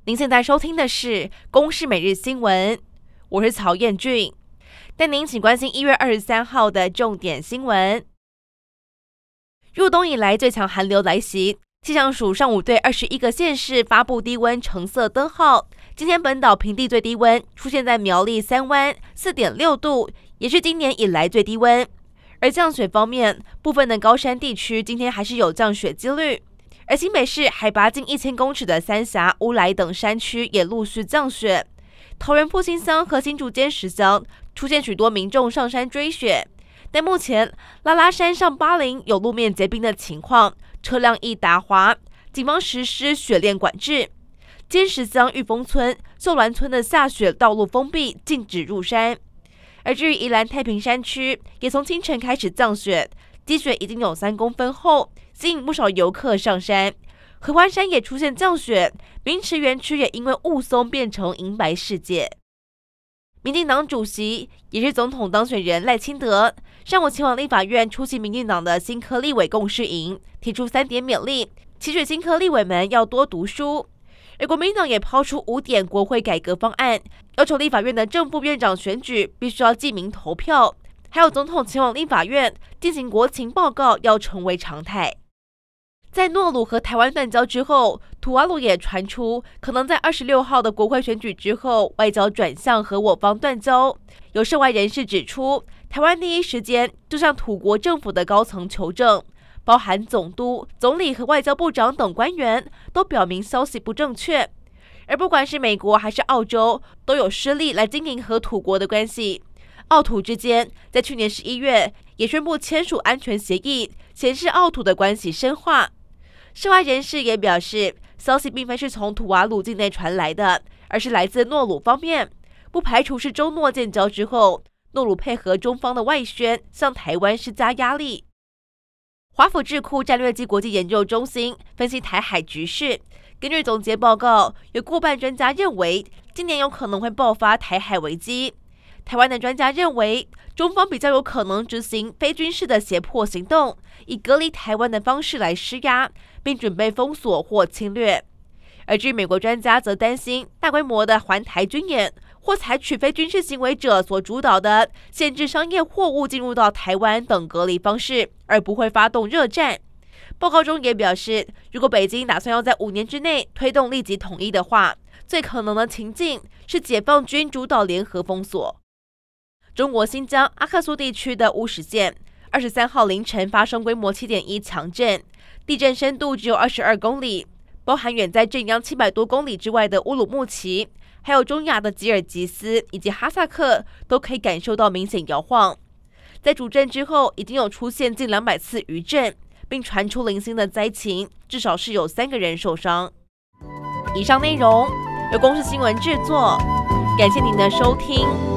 您现在收听的是《公视每日新闻》，我是曹彦俊，带您请关心1月23号的重点新闻。入冬以来最强寒流来袭，气象署上午对21个县市发布低温橙色灯号。今天本岛平地最低温出现在苗栗三湾 4.6 度，也是今年以来最低温。而降雪方面，部分的高山地区今天还是有降雪几率。而新北市海拔近1000公尺的三峡、乌来等山区也陆续降雪，桃园复兴乡和新竹尖石乡出现许多民众上山追雪，但目前拉拉山上80有路面结冰的情况，车辆易打滑，警方实施雪链管制。尖石乡玉峰村、秀峦村的下雪道路封闭，禁止入山。而至于宜兰太平山区，也从清晨开始降雪，积雪已经有3公分厚，吸引不少游客上山。合欢山也出现降雪，明池园区也因为雾凇变成银白世界。民进党主席也是总统当选人赖清德上午前往立法院出席民进党的新科立委共识营，提出3点勉励，期许新科立委们要多读书。而国民党也抛出5点国会改革方案，要求立法院的正副院长选举必须要记名投票，还有总统前往立法院进行国情报告要成为常态。在诺鲁和台湾断交之后，吐瓦鲁也传出可能在26号的国会选举之后，外交转向和我方断交。有涉外人士指出，台湾第一时间就向土国政府的高层求证，包含总督、总理和外交部长等官员都表明消息不正确。而不管是美国还是澳洲，都有施力来经营和土国的关系。澳土之间在去年11月也宣布签署安全协议，显示澳土的关系深化。涉外人士也表示，消息并非是从吐瓦鲁境内传来的，而是来自诺鲁方面，不排除是中诺建交之后，诺鲁配合中方的外宣，向台湾施加压力。华府智库战略暨国际研究中心分析台海局势，根据总结报告，有过半专家认为，今年有可能会爆发台海危机。台湾的专家认为，中方比较有可能执行非军事的胁迫行动，以隔离台湾的方式来施压，并准备封锁或侵略。而至于美国专家则担心大规模的环台军演，或采取非军事行为者所主导的限制商业货物进入到台湾等隔离方式，而不会发动热战。报告中也表示，如果北京打算要在5年之内推动立即统一的话，最可能的情境是解放军主导联合封锁。中国新疆阿克苏地区的乌什县23号凌晨发生规模7.1强震，地震深度只有22公里，包含远在震央700多公里之外的乌鲁木齐，还有中亚的吉尔吉斯以及哈萨克都可以感受到明显摇晃。在主震之后，已经有出现近200次余震，并传出零星的灾情，至少是有3个人受伤。以上内容由公视新闻制作，感谢您的收听。